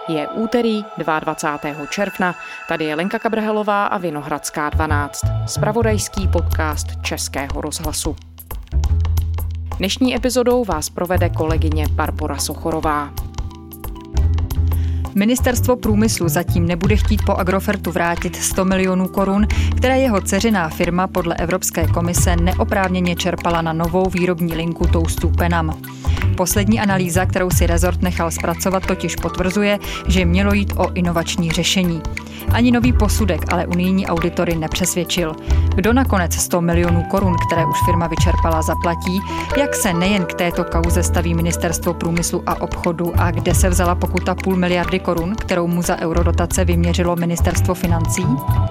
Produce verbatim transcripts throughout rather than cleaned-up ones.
Je úterý dvacátého druhého června, tady je Lenka Kabrhelová a Vinohradská dvanáct, zpravodajský podcast Českého rozhlasu. Dnešní epizodou vás provede kolegyně Barbora Sochorová. Ministerstvo průmyslu zatím nebude chtít po Agrofertu vrátit sto milionů korun, které jeho dceřiná firma podle Evropské komise neoprávněně čerpala na novou výrobní linku toastů Penam. Poslední analýza, kterou si rezort nechal zpracovat, totiž potvrzuje, že mělo jít o inovační řešení. Ani nový posudek ale unijní auditory nepřesvědčil. Kdo nakonec sto milionů korun, které už firma vyčerpala, zaplatí, jak se nejen k této kauze staví Ministerstvo průmyslu a obchodu a kde se vzala pokuta půl miliardy korun, kterou mu za eurodotace vyměřilo Ministerstvo financí?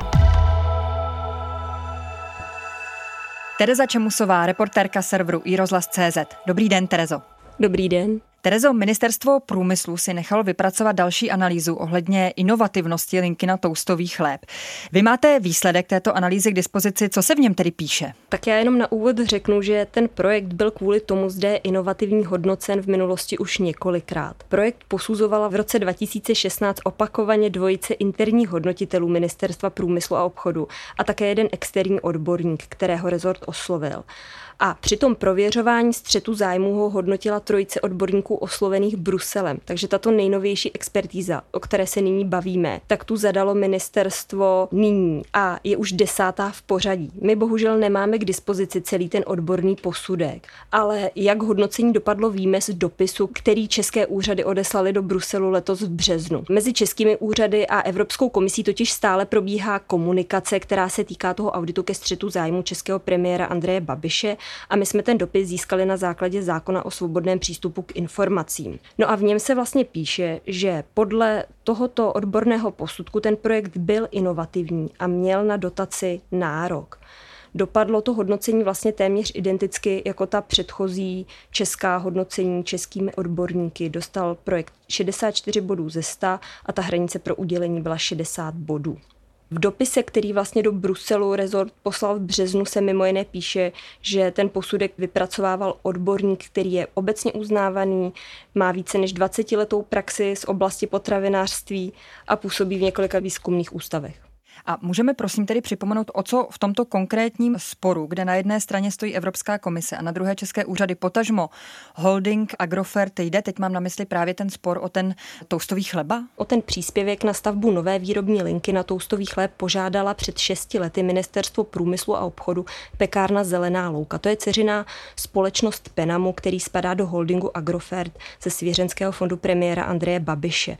Tereza Čemusová, reportérka serveru iRozhlas tečka cé zet. Dobrý den, Terezo. Dobrý den. Terezo, Ministerstvo průmyslu si nechalo vypracovat další analýzu ohledně inovativnosti linky na toastový chléb. Vy máte výsledek této analýzy k dispozici, co se v něm tedy píše? Tak já jenom na úvod řeknu, že ten projekt byl kvůli tomu zde inovativní hodnocen v minulosti už několikrát. Projekt posuzovala v roce dva tisíce šestnáct opakovaně dvojice interních hodnotitelů Ministerstva průmyslu a obchodu a také jeden externí odborník, kterého rezort oslovil. A při tom prověřování střetu zájmů ho hodnotila trojice odborníků oslovených Bruselem. Takže tato nejnovější expertíza, o které se nyní bavíme, tak tu zadalo ministerstvo nyní a je už desátá v pořadí. My bohužel nemáme k dispozici celý ten odborný posudek, ale jak hodnocení dopadlo, víme z dopisu, který české úřady odeslaly do Bruselu letos v březnu. Mezi českými úřady a Evropskou komisí totiž stále probíhá komunikace, která se týká toho auditu ke střetu zájmu českého premiéra Andreje Babiše. A my jsme ten dopis získali na základě zákona o svobodném přístupu k informacím. No a v něm se vlastně píše, že podle tohoto odborného posudku ten projekt byl inovativní a měl na dotaci nárok. Dopadlo to hodnocení vlastně téměř identicky jako ta předchozí česká hodnocení českými odborníky. Dostal projekt šedesát čtyři bodů ze sta a ta hranice pro udělení byla šedesát bodů. V dopise, který vlastně do Bruselu rezort poslal v březnu, se mimo jiné píše, že ten posudek vypracovával odborník, který je obecně uznávaný, má více než dvacetiletou praxi z oblasti potravinářství a působí v několika výzkumných ústavech. A můžeme prosím tedy připomenout, o co v tomto konkrétním sporu, kde na jedné straně stojí Evropská komise a na druhé české úřady, potažmo holding Agrofert jde, teď mám na mysli právě ten spor o ten toastový chleba? O ten příspěvek na stavbu nové výrobní linky na toastový chléb požádala před šesti lety Ministerstvo průmyslu a obchodu pekárna Zelená louka. To je dceřiná společnost Penamu, který spadá do holdingu Agrofert ze svěřenského fondu premiéra Andreje Babiše.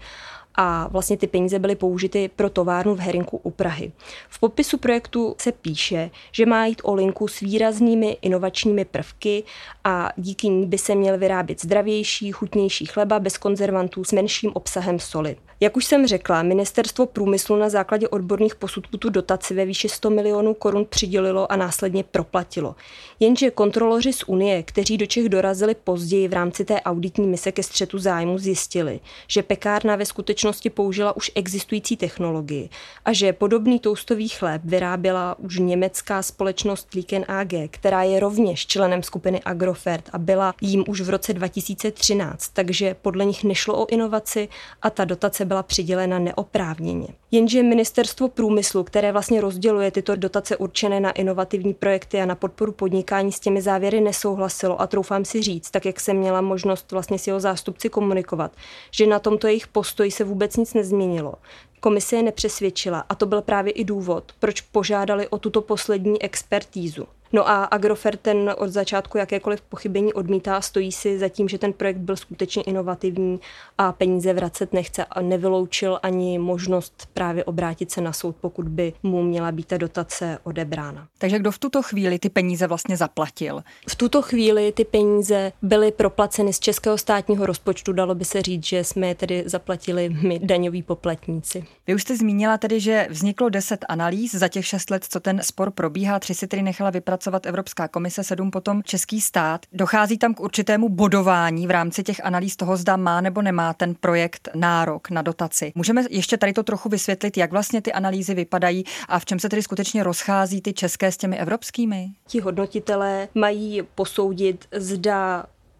A vlastně ty peníze byly použity pro továrnu v Herinku u Prahy. V popisu projektu se píše, že má jít o linku s výraznými inovačními prvky a díky ní by se měl vyrábět zdravější, chutnější chleba bez konzervantů s menším obsahem soli. Jak už jsem řekla, Ministerstvo průmyslu na základě odborných posudků tu dotaci ve výši sto milionů korun přidělilo a následně proplatilo. Jenže kontroloři z Unie, kteří do Čech dorazili později v rámci té auditní mise ke střetu zájmu, zjistili, že pekárna ve skutečnosti použila už existující technologii a že podobný toastový chléb vyráběla už německá společnost Liken á gé, která je rovněž členem skupiny Agrofert a byla jím už v roce dva tisíce třináct, takže podle nich nešlo o inovaci a ta dotace byla přidělena neoprávněně. Jenže Ministerstvo průmyslu, které vlastně rozděluje tyto dotace určené na inovativní projekty a na podporu podnikání, s těmi závěry nesouhlasilo a troufám si říct, tak jak jsem měla možnost vlastně s jeho zástupci komunikovat, že na tomto jejich postoji se vůbec nic nezměnilo. Komise je nepřesvědčila a to byl právě i důvod, proč požádali o tuto poslední expertízu. No a Agrofert ten od začátku jakékoliv pochybení odmítá a stojí si za tím, že ten projekt byl skutečně inovativní a peníze vracet nechce a nevyloučil ani možnost právě obrátit se na soud, pokud by mu měla být ta dotace odebrána. Takže kdo v tuto chvíli ty peníze vlastně zaplatil? V tuto chvíli ty peníze byly proplaceny z českého státního rozpočtu, dalo by se říct, že jsme je tedy zaplatili my daňoví poplatníci. Vy už jste zmínila tedy, že vzniklo deset analýz za těch šest let, co ten spor probíhá, tři si tedy nechala vypracovat Evropská komise, sedm potom český stát. Dochází tam k určitému bodování v rámci těch analýz toho, zda má nebo nemá ten projekt nárok na dotaci. Můžeme ještě tady to trochu vysvětlit, jak vlastně ty analýzy vypadají a v čem se tedy skutečně rozchází ty české s těmi evropskými? Ti hodnotitelé mají posoudit, zda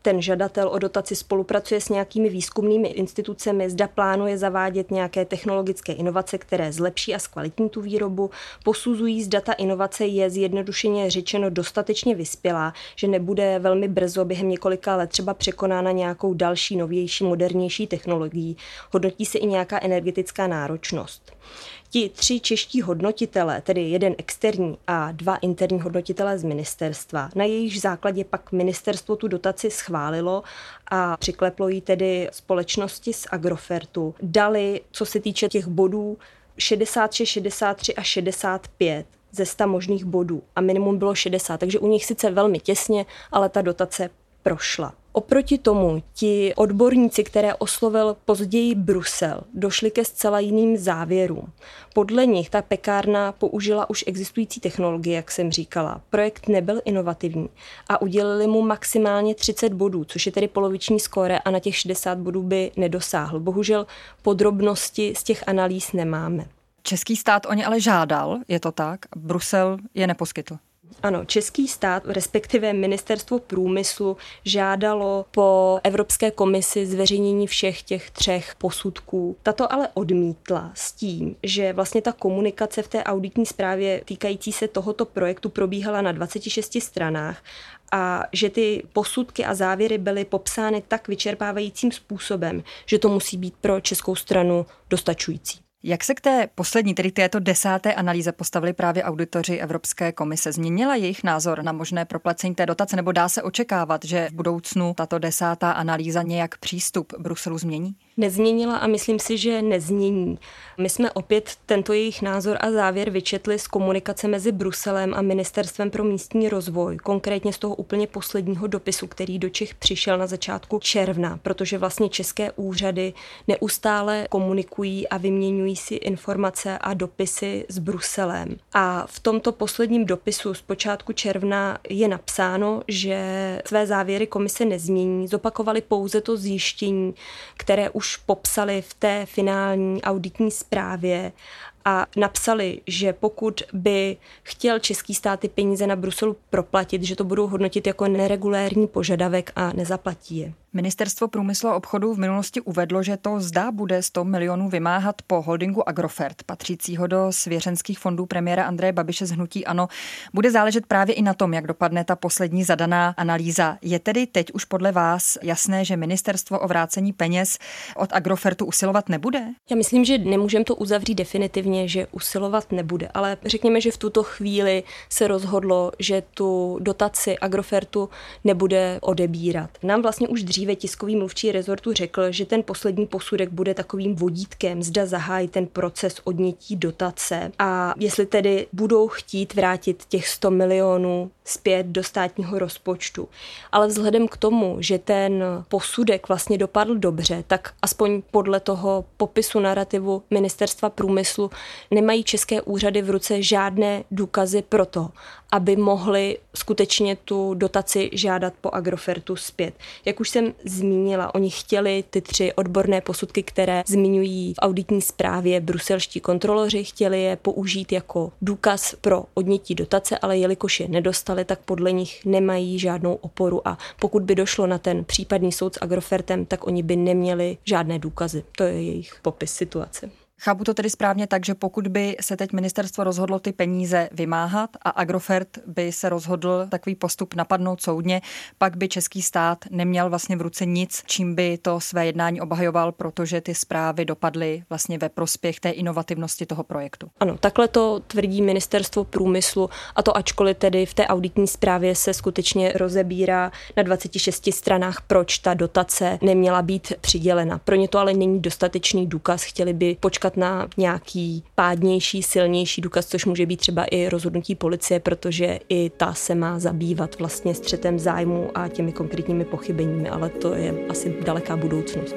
ten žadatel o dotaci spolupracuje s nějakými výzkumnými institucemi, zda plánuje zavádět nějaké technologické inovace, které zlepší a zkvalitní tu výrobu, posuzují, zda ta inovace je zjednodušeně řečeno dostatečně vyspělá, že nebude velmi brzo během několika let třeba překonána nějakou další, novější, modernější technologií. Hodnotí se i nějaká energetická náročnost. Ti tři čeští hodnotitelé, tedy jeden externí a dva interní hodnotitelé z ministerstva, na jejich základě pak ministerstvo tu dotaci schválilo a přikleplo ji tedy společnosti z Agrofertu. Dali, co se týče těch bodů, šedesát šest, šedesát tři a šedesát pět ze sta možných bodů a minimum bylo šedesát, takže u nich sice velmi těsně, ale ta dotace prošla. Oproti tomu ti odborníci, které oslovil později Brusel, došli ke zcela jiným závěrům. Podle nich ta pekárna použila už existující technologie, jak jsem říkala. Projekt nebyl inovativní a udělili mu maximálně třicet bodů, což je tedy poloviční skóre a na těch šedesát bodů by nedosáhl. Bohužel podrobnosti z těch analýz nemáme. Český stát o ně ale žádal, je to tak? Brusel je neposkytl. Ano, český stát, respektive ministerstvo průmyslu, žádalo po Evropské komisi zveřejnění všech těch třech posudků. Tato ale odmítla s tím, že vlastně ta komunikace v té auditní zprávě týkající se tohoto projektu probíhala na dvaceti šesti stranách a že ty posudky a závěry byly popsány tak vyčerpávajícím způsobem, že to musí být pro českou stranu dostačující. Jak se k té poslední, tedy této desáté analýze postavili právě auditoři Evropské komise? Změnila jejich názor na možné proplacení té dotace, nebo dá se očekávat, že v budoucnu tato desátá analýza nějak přístup Bruselu změní? Nezměnila a myslím si, že nezmění. My jsme opět tento jejich názor a závěr vyčetli z komunikace mezi Bruselem a Ministerstvem pro místní rozvoj, konkrétně z toho úplně posledního dopisu, který do Čech přišel na začátku června, protože vlastně české úřady neustále komunikují a vyměňují si informace a dopisy s Bruselem. A v tomto posledním dopisu z počátku června je napsáno, že své závěry komise nezmění, zopakovali pouze to zjištění, které už popsali v té finální auditní zprávě a napsali, že pokud by chtěl český stát ty peníze na Bruselu proplatit, že to budou hodnotit jako neregulérní požadavek a nezaplatí je. Ministerstvo průmyslu a obchodu v minulosti uvedlo, že to zdá bude sto milionů vymáhat po holdingu Agrofert, patřícího do svěřenských fondů premiéra Andreje Babiše z hnutí ANO. Bude záležet právě i na tom, jak dopadne ta poslední zadaná analýza. Je tedy teď už podle vás jasné, že ministerstvo o vrácení peněz od Agrofertu usilovat nebude? Já myslím, že nemůžeme to uzavřít definitivně, že usilovat nebude, ale řekněme, že v tuto chvíli se rozhodlo, že tu dotaci Agrofertu nebude odebírat. Nám vlastně už dřív tiskový mluvčí rezortu řekl, že ten poslední posudek bude takovým vodítkem, zda zahájí ten proces odnětí dotace a jestli tedy budou chtít vrátit těch sto milionů zpět do státního rozpočtu. Ale vzhledem k tomu, že ten posudek vlastně dopadl dobře, tak aspoň podle toho popisu narrativu Ministerstva průmyslu nemají české úřady v ruce žádné důkazy pro to, aby mohli skutečně tu dotaci žádat po Agrofertu zpět. Jak už jsem zmínila, oni chtěli ty tři odborné posudky, které zmiňují v auditní zprávě bruselští kontroloři, chtěli je použít jako důkaz pro odnětí dotace, ale jelikož je nedostali, tak podle nich nemají žádnou oporu a pokud by došlo na ten případný soud s Agrofertem, tak oni by neměli žádné důkazy. To je jejich popis situace. Chápu to tedy správně tak, že pokud by se teď ministerstvo rozhodlo ty peníze vymáhat a Agrofert by se rozhodl takový postup napadnout soudně, pak by český stát neměl vlastně v ruce nic, čím by to své jednání obhajoval, protože ty zprávy dopadly vlastně ve prospěch té inovativnosti toho projektu. Ano, takhle to tvrdí Ministerstvo průmyslu a to ačkoliv tedy v té auditní zprávě se skutečně rozebírá na dvaceti šesti stranách, proč ta dotace neměla být přidělena. Pro ně to ale není dostatečný důkaz, chtěli by počkat na nějaký pádnější, silnější důkaz, což může být třeba i rozhodnutí policie, protože i ta se má zabývat vlastně střetem zájmu a těmi konkrétními pochybeními, ale to je asi daleká budoucnost.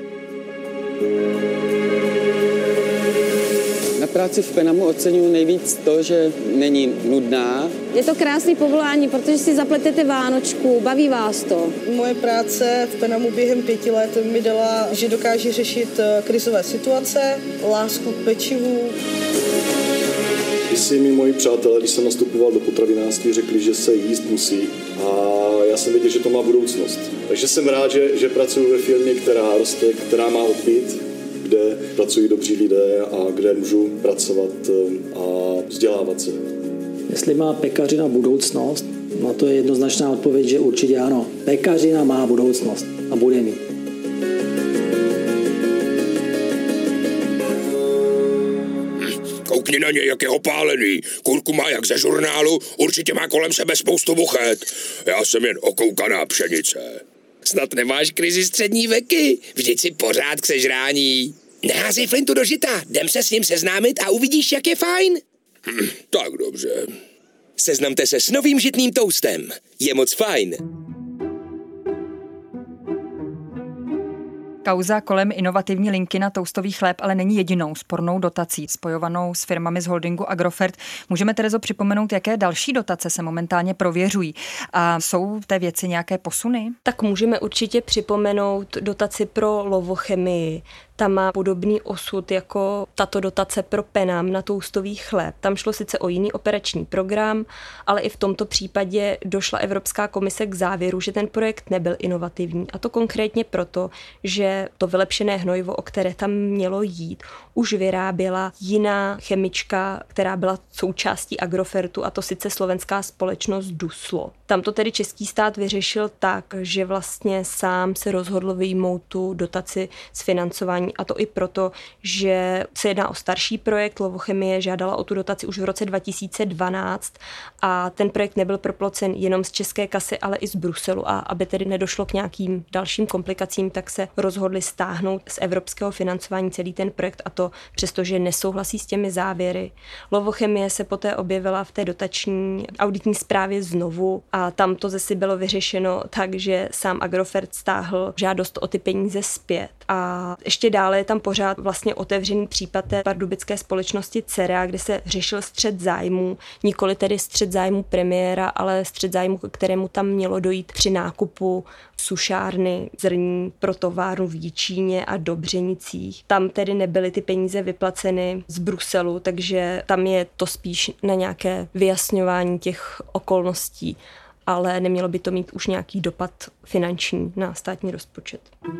Na práci v Penamu oceňuji nejvíc to, že není nudná. Je to krásný povolání, protože si zapletete vánočku, baví vás to. Moje práce v Penamu během pěti let mi dala, že dokáže řešit krizové situace, lásku k pečivu. Když si mi moji přátelé, když jsem nastupoval do potravinářství, řekli, že se jíst musí a já jsem věděl, že to má budoucnost. Takže jsem rád, že, že pracuji ve firmě, která roste, která má odbyt, kde pracují dobří lidé a kde můžu pracovat a vzdělávat se. Jestli má pekařina budoucnost, no to je jednoznačná odpověď, že určitě ano. Pekařina má budoucnost a bude mít. Koukni na něj, jak je opálený. Kurku má jak ze žurnálu, určitě má kolem sebe spoustu buchet. Já jsem jen okoukaná pšenice. Snad nemáš krizi střední veky, vždyť si pořád k sežrání. Neházej flintu do žita, jdem se s ním seznámit a uvidíš, jak je fajn. Hm, tak dobře. Seznamte se s novým žitným toastem. Je moc fajn. Kauza kolem inovativní linky na toastový chléb ale není jedinou spornou dotací spojovanou s firmami z holdingu Agrofert. Můžeme, Terezo, připomenout, jaké další dotace se momentálně prověřují a jsou v té věci nějaké posuny? Tak můžeme určitě připomenout dotaci pro Lovochemii. Ta má podobný osud jako tato dotace pro Penam na toastový chléb. Tam šlo sice o jiný operační program, ale i v tomto případě došla Evropská komise k závěru, že ten projekt nebyl inovativní. A to konkrétně proto, že to vylepšené hnojivo, o které tam mělo jít, už vyráběla jiná chemička, která byla součástí Agrofertu, a to sice slovenská společnost Duslo. Tam to tedy český stát vyřešil tak, že vlastně sám se rozhodl vyjmout tu dotaci z financování. A to i proto, že se jedná o starší projekt. Lovochemie žádala o tu dotaci už v roce dva tisíce dvanáct a ten projekt nebyl proplacen jenom z české kasy, ale i z Bruselu. A aby tedy nedošlo k nějakým dalším komplikacím, tak se rozhodli stáhnout z evropského financování celý ten projekt, a to přestože nesouhlasí s těmi závěry. Lovochemie se poté objevila v té dotační auditní zprávě znovu a tam to zase bylo vyřešeno tak, že sám Agrofert stáhl žádost o ty peníze zpět. A ještě dále je tam pořád vlastně otevřený případ té pardubické společnosti Cerea, kde se řešil střet zájmů, nikoli tedy střet zájmů premiéra, ale střet zájmů, kterému tam mělo dojít při nákupu sušárny zrní pro továrnu v Jičíně a Dobřenicích. Tam tedy nebyly ty peníze vyplaceny z Bruselu, takže tam je to spíš na nějaké vyjasňování těch okolností, ale nemělo by to mít už nějaký dopad finanční na státní rozpočet.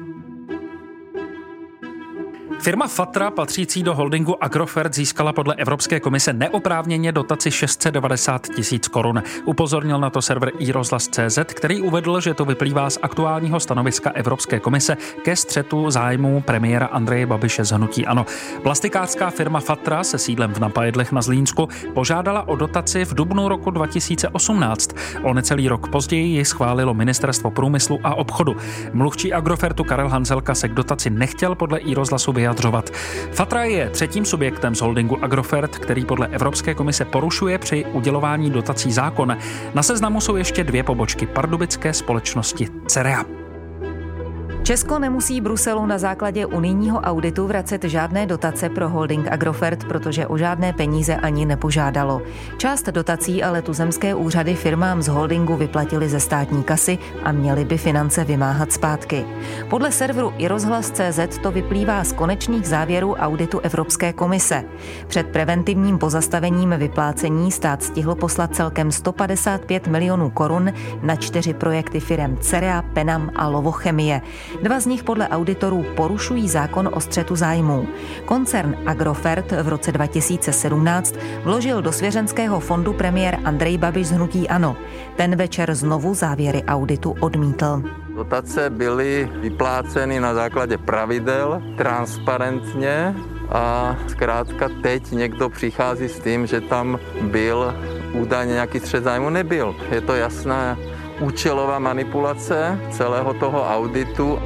Firma Fatra, patřící do holdingu Agrofert, získala podle Evropské komise neoprávněně dotaci šest set devadesát tisíc korun. Upozornil na to server iRozhlas tečka cé zet, který uvedl, že to vyplývá z aktuálního stanoviska Evropské komise ke střetu zájmů premiéra Andreje Babiše z hnutí ANO. Plastikářská firma Fatra se sídlem v Napajedlech na Zlínsku požádala o dotaci v dubnu roku dva tisíce osmnáct. O necelý rok později ji schválilo Ministerstvo průmyslu a obchodu. Mluvčí Agrofertu Karel Hanzelka se k dotaci nechtěl podle iRozhlasu vyjadřovat. Fatra je třetím subjektem z holdingu Agrofert, který podle Evropské komise porušuje při udělování dotací zákon. Na seznamu jsou ještě dvě pobočky pardubické společnosti Cerea. Česko nemusí Bruselu na základě unijního auditu vracet žádné dotace pro holding Agrofert, protože o žádné peníze ani nepožádalo. Část dotací ale tuzemské úřady firmám z holdingu vyplatily ze státní kasy a měly by finance vymáhat zpátky. Podle serveru iRozhlas tečka cé zet to vyplývá z konečných závěrů auditu Evropské komise. Před preventivním pozastavením vyplácení stát stihl poslat celkem sto padesát pět milionů korun na čtyři projekty firem Cerea, Penam a Lovochemie. Dva z nich podle auditorů porušují zákon o střetu zájmů. Koncern Agrofert v roce dva tisíce sedmnáct vložil do svěřenského fondu premiér Andrej Babiš z hnutí ANO. Ten večer znovu závěry auditu odmítl. Dotace byly vypláceny na základě pravidel, transparentně a zkrátka teď někdo přichází s tím, že tam byl údajně nějaký střet zájmu. Nebyl. Je to jasná účelová manipulace celého toho auditu.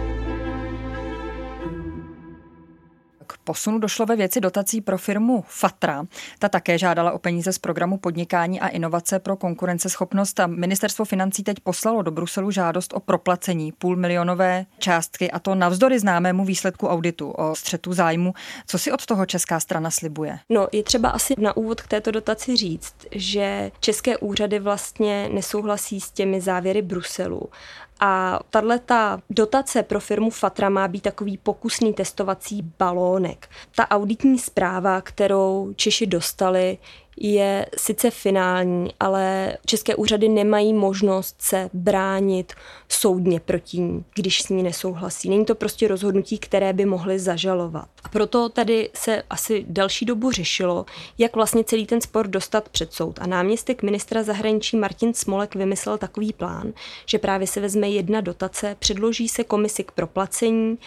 K posunu došlo ve věci dotací pro firmu Fatra. Ta také žádala o peníze z programu Podnikání a inovace pro konkurenceschopnost a ministerstvo financí teď poslalo do Bruselu žádost o proplacení půlmilionové částky, a to navzdory známému výsledku auditu o střetu zájmu. Co si od toho česká strana slibuje? No, je třeba asi na úvod k této dotaci říct, že české úřady vlastně nesouhlasí s těmi závěry Bruselu A tato dotace pro firmu Fatra má být takový pokusný testovací balónek. Ta auditní zpráva, kterou Češi dostali, je sice finální, ale české úřady nemají možnost se bránit soudně proti ní, když s ní nesouhlasí. Není to prostě rozhodnutí, které by mohly zažalovat. A proto tady se asi další dobu řešilo, jak vlastně celý ten spor dostat před soud. A náměstek ministra zahraničí Martin Smolek vymyslel takový plán, že právě se vezme jedna dotace, předloží se komisi k proplacení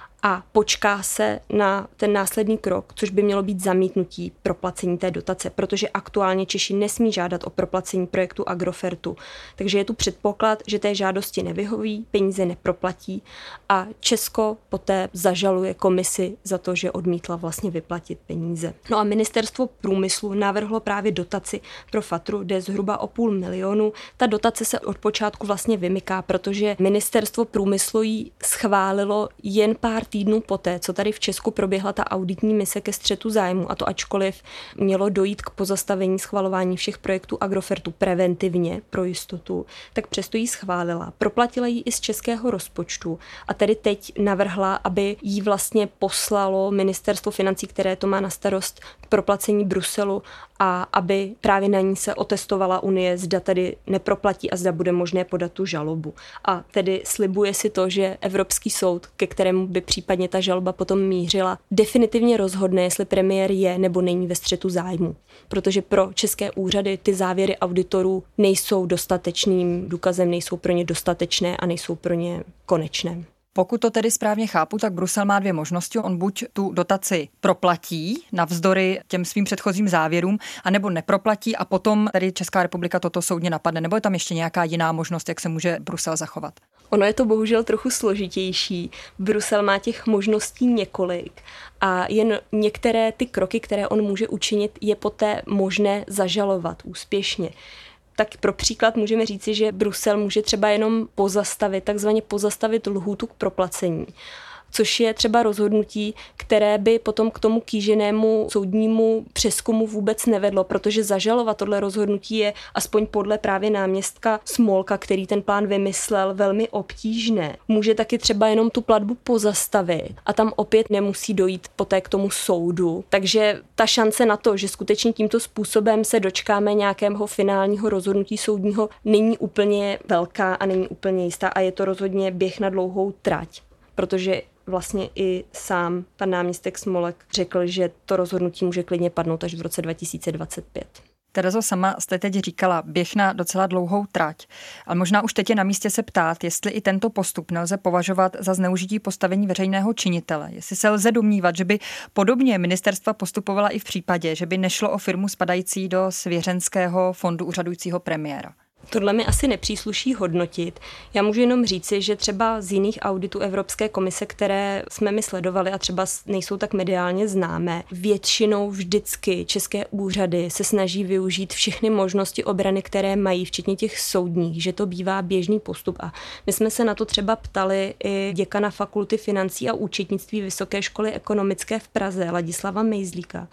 a počká se na ten následný krok, což by mělo být zamítnutí proplacení té dotace, protože aktuálně Češi nesmí žádat o proplacení projektu Agrofertu. Takže je tu předpoklad, že té žádosti nevyhoví, peníze neproplatí a Česko poté zažaluje komisi za to, že odmítla vlastně vyplatit peníze. No a ministerstvo průmyslu navrhlo právě dotaci pro Fatru, jde zhruba o půl milionu. Ta dotace se od počátku vlastně vymyká, protože ministerstvo průmyslu ji schválilo jen pár týdnů poté, co tady v Česku proběhla ta auditní mise ke střetu zájmu, a to ačkoliv mělo dojít k pozastavení schvalování všech projektů Agrofertu preventivně pro jistotu, tak přesto ji schválila. Proplatila ji i z českého rozpočtu a tedy teď navrhla, aby jí vlastně poslalo ministerstvo financí, které to má na starost, k proplacení Bruselu a aby právě na ní se otestovala Unie, zda tedy neproplatí a zda bude možné podat tu žalobu. A tedy slibuje si to, že Evropský soud, ke kterému by případně ta žaloba potom mířila, definitivně rozhodne, jestli premiér je nebo není ve střetu zájmu. Protože pro české úřady ty závěry auditorů nejsou dostatečným důkazem, nejsou pro ně dostatečné a nejsou pro ně konečné. Pokud to tedy správně chápu, tak Brusel má dvě možnosti. On buď tu dotaci proplatí navzdory těm svým předchozím závěrům, anebo neproplatí a potom tady Česká republika toto soudně napadne. Nebo je tam ještě nějaká jiná možnost, jak se může Brusel zachovat? Ono je to bohužel trochu složitější. Brusel má těch možností několik a jen některé ty kroky, které on může učinit, je poté možné zažalovat úspěšně. Tak pro příklad můžeme říci, že Brusel může třeba jenom pozastavit, takzvaně pozastavit lhůtu k proplacení, což je třeba rozhodnutí, které by potom k tomu kýženému soudnímu přezkumu vůbec nevedlo, protože zažalovat tohle rozhodnutí je aspoň podle právě náměstka Smolka, který ten plán vymyslel, velmi obtížné. Může taky třeba jenom tu platbu pozastavit a tam opět nemusí dojít poté k tomu soudu. Takže ta šance na to, že skutečně tímto způsobem se dočkáme nějakého finálního rozhodnutí soudního, není úplně velká a není úplně jistá a je to rozhodně běh na dlouhou trať, protože vlastně i sám pan náměstek Smolek řekl, že to rozhodnutí může klidně padnout až v roce dva tisíce dvacet pět. Terezo, sama jste teď říkala, běh na docela dlouhou trať, ale možná už teď je na místě se ptát, jestli i tento postup nelze považovat za zneužití postavení veřejného činitele. Jestli se lze domnívat, že by podobně ministerstva postupovala i v případě, že by nešlo o firmu spadající do svěřenského fondu úřadujícího premiéra. Tohle mi asi nepřísluší hodnotit. Já můžu jenom říci, že třeba z jiných auditů Evropské komise, které jsme my sledovali a třeba nejsou tak mediálně známé, většinou vždycky české úřady se snaží využít všechny možnosti obrany, které mají, včetně těch soudních, že to bývá běžný postup. A my jsme se na to třeba ptali i děkana Fakulty financí a účetnictví Vysoké školy ekonomické v Praze, Ladislava Mejzlíka.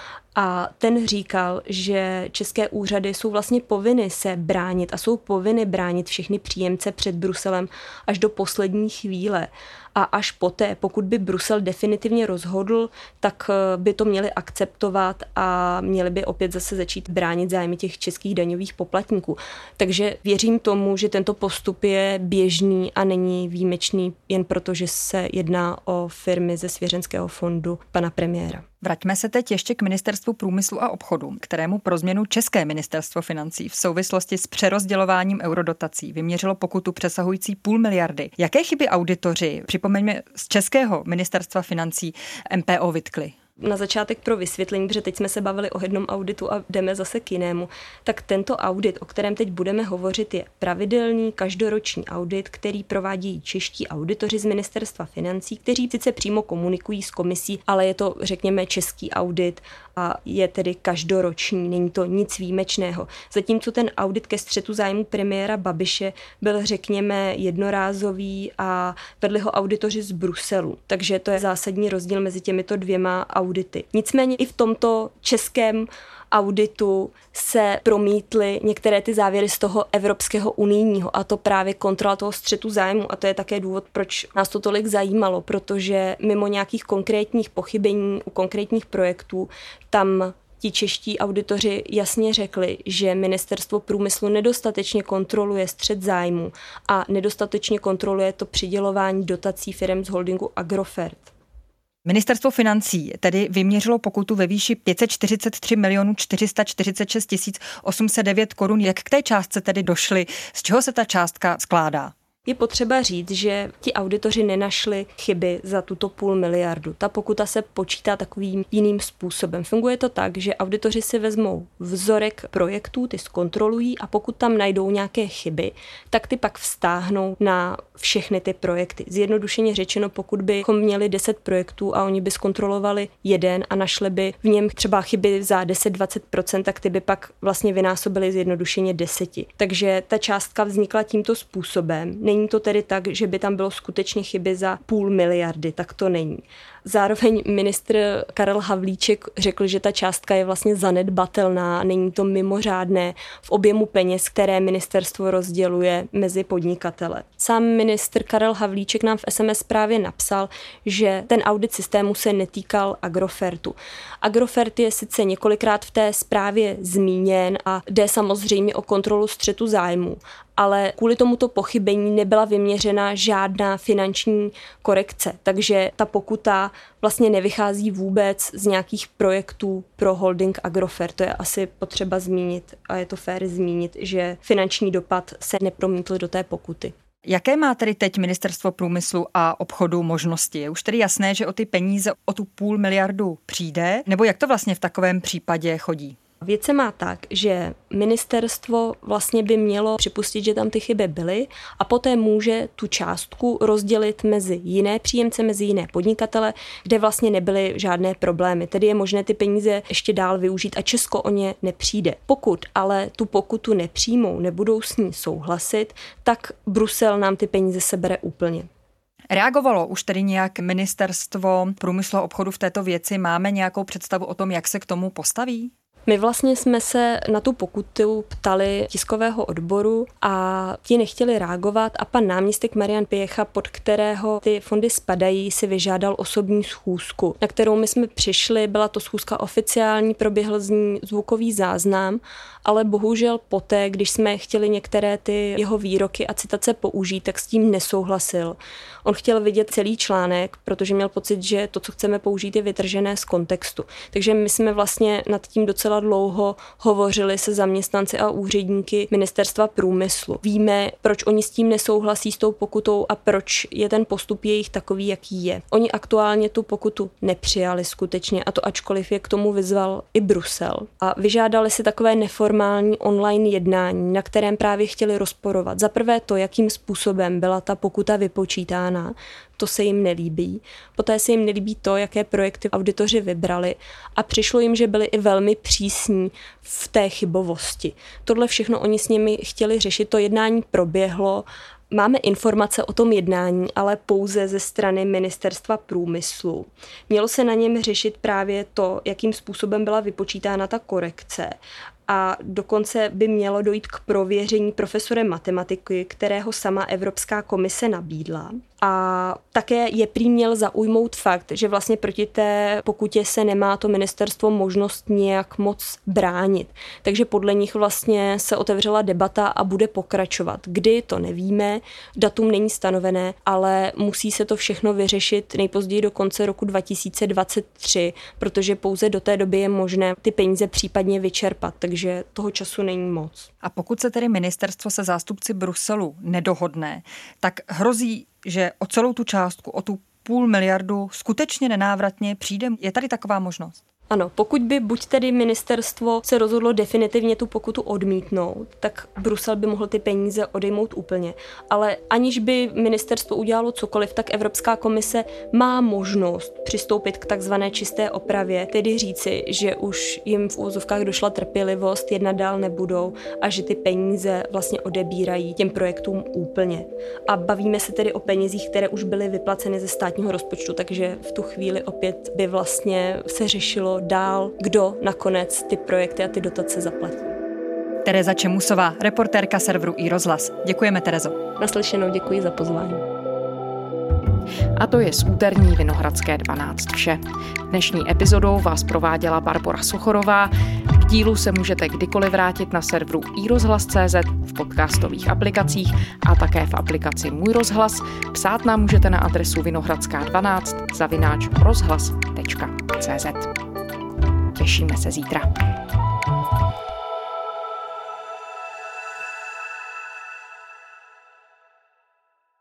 A ten říkal, že české úřady jsou vlastně povinny se bránit a jsou povinny bránit všechny příjemce před Bruselem až do poslední chvíle. A až poté, pokud by Brusel definitivně rozhodl, tak by to měli akceptovat a měli by opět zase začít bránit zájmy těch českých daňových poplatníků. Takže věřím tomu, že tento postup je běžný a není výjimečný jen proto, že se jedná o firmy ze svěřenského fondu pana premiéra. Vraťme se teď ještě k Ministerstvu průmyslu a obchodu, kterému pro změnu České ministerstvo financí v souvislosti s přerozdělováním eurodotací vyměřilo pokutu přesahující půl miliardy. Jaké chyby auditoři, připomeňme z Českého ministerstva financí, M P O vytkli? Na začátek pro vysvětlení, protože teď jsme se bavili o jednom auditu a jdeme zase k jinému, tak tento audit, o kterém teď budeme hovořit, je pravidelný každoroční audit, který provádí čeští auditoři z Ministerstva financí, kteří sice přímo komunikují s komisí, ale je to, řekněme, český audit a je tedy každoroční, není to nic výjimečného. Zatímco ten audit ke střetu zájmu premiéra Babiše byl, řekněme, jednorázový a vedli ho auditoři z Bruselu. Takže to je zásadní rozdíl mezi těmito dvěma audity. audity. Nicméně i v tomto českém auditu se promítly některé ty závěry z toho evropského unijního, a to právě kontrola toho střetu zájmu. A to je také důvod, proč nás to tolik zajímalo, protože mimo nějakých konkrétních pochybení u konkrétních projektů tam ti čeští auditoři jasně řekli, že Ministerstvo průmyslu nedostatečně kontroluje střet zájmu a nedostatečně kontroluje to přidělování dotací firem z holdingu Agrofert. Ministerstvo financí tedy vyměřilo pokutu ve výši pět set čtyřicet tři milionů čtyři sta čtyřicet šest tisíc osm set devět korun. Jak k té částce tedy došli? Z čeho se ta částka skládá? Je potřeba říct, že ti auditoři nenašli chyby za tuto půl miliardu. Ta pokuta se počítá takovým jiným způsobem. Funguje to tak, že auditoři si vezmou vzorek projektů, ty zkontrolují a pokud tam najdou nějaké chyby, tak ty pak vztáhnou na všechny ty projekty. Zjednodušeně řečeno, pokud bychom měli deset projektů a oni by zkontrolovali jeden a našli by v něm třeba chyby za deset až dvacet procent, tak ty by pak vlastně vynásobili zjednodušeně deseti. Takže ta částka vznikla tímto způsobem. Není to tedy tak, že by tam bylo skutečně chyby za půl miliardy, tak to není. Zároveň ministr Karel Havlíček řekl, že ta částka je vlastně zanedbatelná, není to mimořádné v objemu peněz, které ministerstvo rozděluje mezi podnikatele. Sám ministr Karel Havlíček nám v es em es zprávě napsal, že ten audit systému se netýkal Agrofertu. Agrofert je sice několikrát v té zprávě zmíněn a jde samozřejmě o kontrolu střetu zájmu, ale kvůli tomuto pochybení nebyla vyměřena žádná finanční korekce, takže ta pokuta vlastně nevychází vůbec z nějakých projektů pro holding Agrofert. To je asi potřeba zmínit a je to fér zmínit, že finanční dopad se nepromítl do té pokuty. Jaké má tedy teď Ministerstvo průmyslu a obchodu možnosti? Je už tedy jasné, že o ty peníze, o tu půl miliardu přijde? Nebo jak to vlastně v takovém případě chodí? Věc se má tak, že ministerstvo vlastně by mělo připustit, že tam ty chyby byly a poté může tu částku rozdělit mezi jiné příjemce, mezi jiné podnikatele, kde vlastně nebyly žádné problémy. Tedy je možné ty peníze ještě dál využít a Česko o ně nepřijde. Pokud ale tu pokutu nepřijmou, nebudou s ní souhlasit, tak Brusel nám ty peníze sebere úplně. Reagovalo už tedy nějak Ministerstvo průmyslu a obchodu v této věci? Máme nějakou představu o tom, jak se k tomu postaví? My vlastně jsme se na tu pokutu ptali tiskového odboru a ti nechtěli reagovat a pan náměstek Marian Pěcha, pod kterého ty fondy spadají, si vyžádal osobní schůzku, na kterou my jsme přišli. Byla to schůzka oficiální, proběhl z ní zvukový záznam, ale bohužel poté, když jsme chtěli některé ty jeho výroky a citace použít, tak s tím nesouhlasil. On chtěl vidět celý článek, protože měl pocit, že to, co chceme použít, je vytržené z kontextu. Takže my jsme vlastně nad tím docela dlouho hovořili se zaměstnanci a úředníky Ministerstva průmyslu. Víme, proč oni s tím nesouhlasí s tou pokutou a proč je ten postup jejich takový, jaký je. Oni aktuálně tu pokutu nepřijali skutečně, a to ačkoliv je k tomu vyzval i Brusel. A vyžádali si takové neformální online jednání, na kterém právě chtěli rozporovat. Za prvé to, jakým způsobem byla ta pokuta vypočítána, to se jim nelíbí. Poté se jim nelíbí to, jaké projekty auditoři vybrali a přišlo jim, že byli i velmi přísní v té chybovosti. Tohle všechno oni s nimi chtěli řešit, to jednání proběhlo. Máme informace o tom jednání, ale pouze ze strany Ministerstva průmyslu. Mělo se na něm řešit právě to, jakým způsobem byla vypočítána ta korekce. A dokonce by mělo dojít k prověření profesorem matematiky, kterého sama Evropská komise nabídla. A také je prý měl zaujmout fakt, že vlastně proti té pokutě se nemá to ministerstvo možnost nějak moc bránit. Takže podle nich vlastně se otevřela debata a bude pokračovat. Kdy, to nevíme, datum není stanovené, ale musí se to všechno vyřešit nejpozději do konce roku dva tisíce dvacet tři, protože pouze do té doby je možné ty peníze případně vyčerpat, takže toho času není moc. A pokud se tedy ministerstvo se zástupci Bruselu nedohodne, tak hrozí, že o celou tu částku, o tu půl miliardu skutečně nenávratně přijde? Je tady taková možnost? Ano, pokud by buď tedy ministerstvo se rozhodlo definitivně tu pokutu odmítnout, tak Brusel by mohl ty peníze odejmout úplně. Ale aniž by ministerstvo udělalo cokoliv, tak Evropská komise má možnost přistoupit k takzvané čisté opravě, tedy říci, že už jim v úvozovkách došla trpělivost, jednat dál nebudou a že ty peníze vlastně odebírají těm projektům úplně. A bavíme se tedy o penězích, které už byly vyplaceny ze státního rozpočtu, takže v tu chvíli opět by vlastně se řešilo dál, kdo nakonec ty projekty a ty dotace zaplatí. Tereza Čemusová, reportérka serveru iRozhlas. Děkujeme, Terezo. Naslyšenou, děkuji za pozvání. A to je z úterní Vinohradské dvanáct vše. Dnešní epizodou vás prováděla Barbora Sochorová. K dílu se můžete kdykoliv vrátit na serveru iRozhlas tečka cé zet, v podcastových aplikacích a také v aplikaci Můj rozhlas. Psát nám můžete na adresu vinohradská dvanáct zavináč rozhlas tečka cé zet. Těšíme se zítra.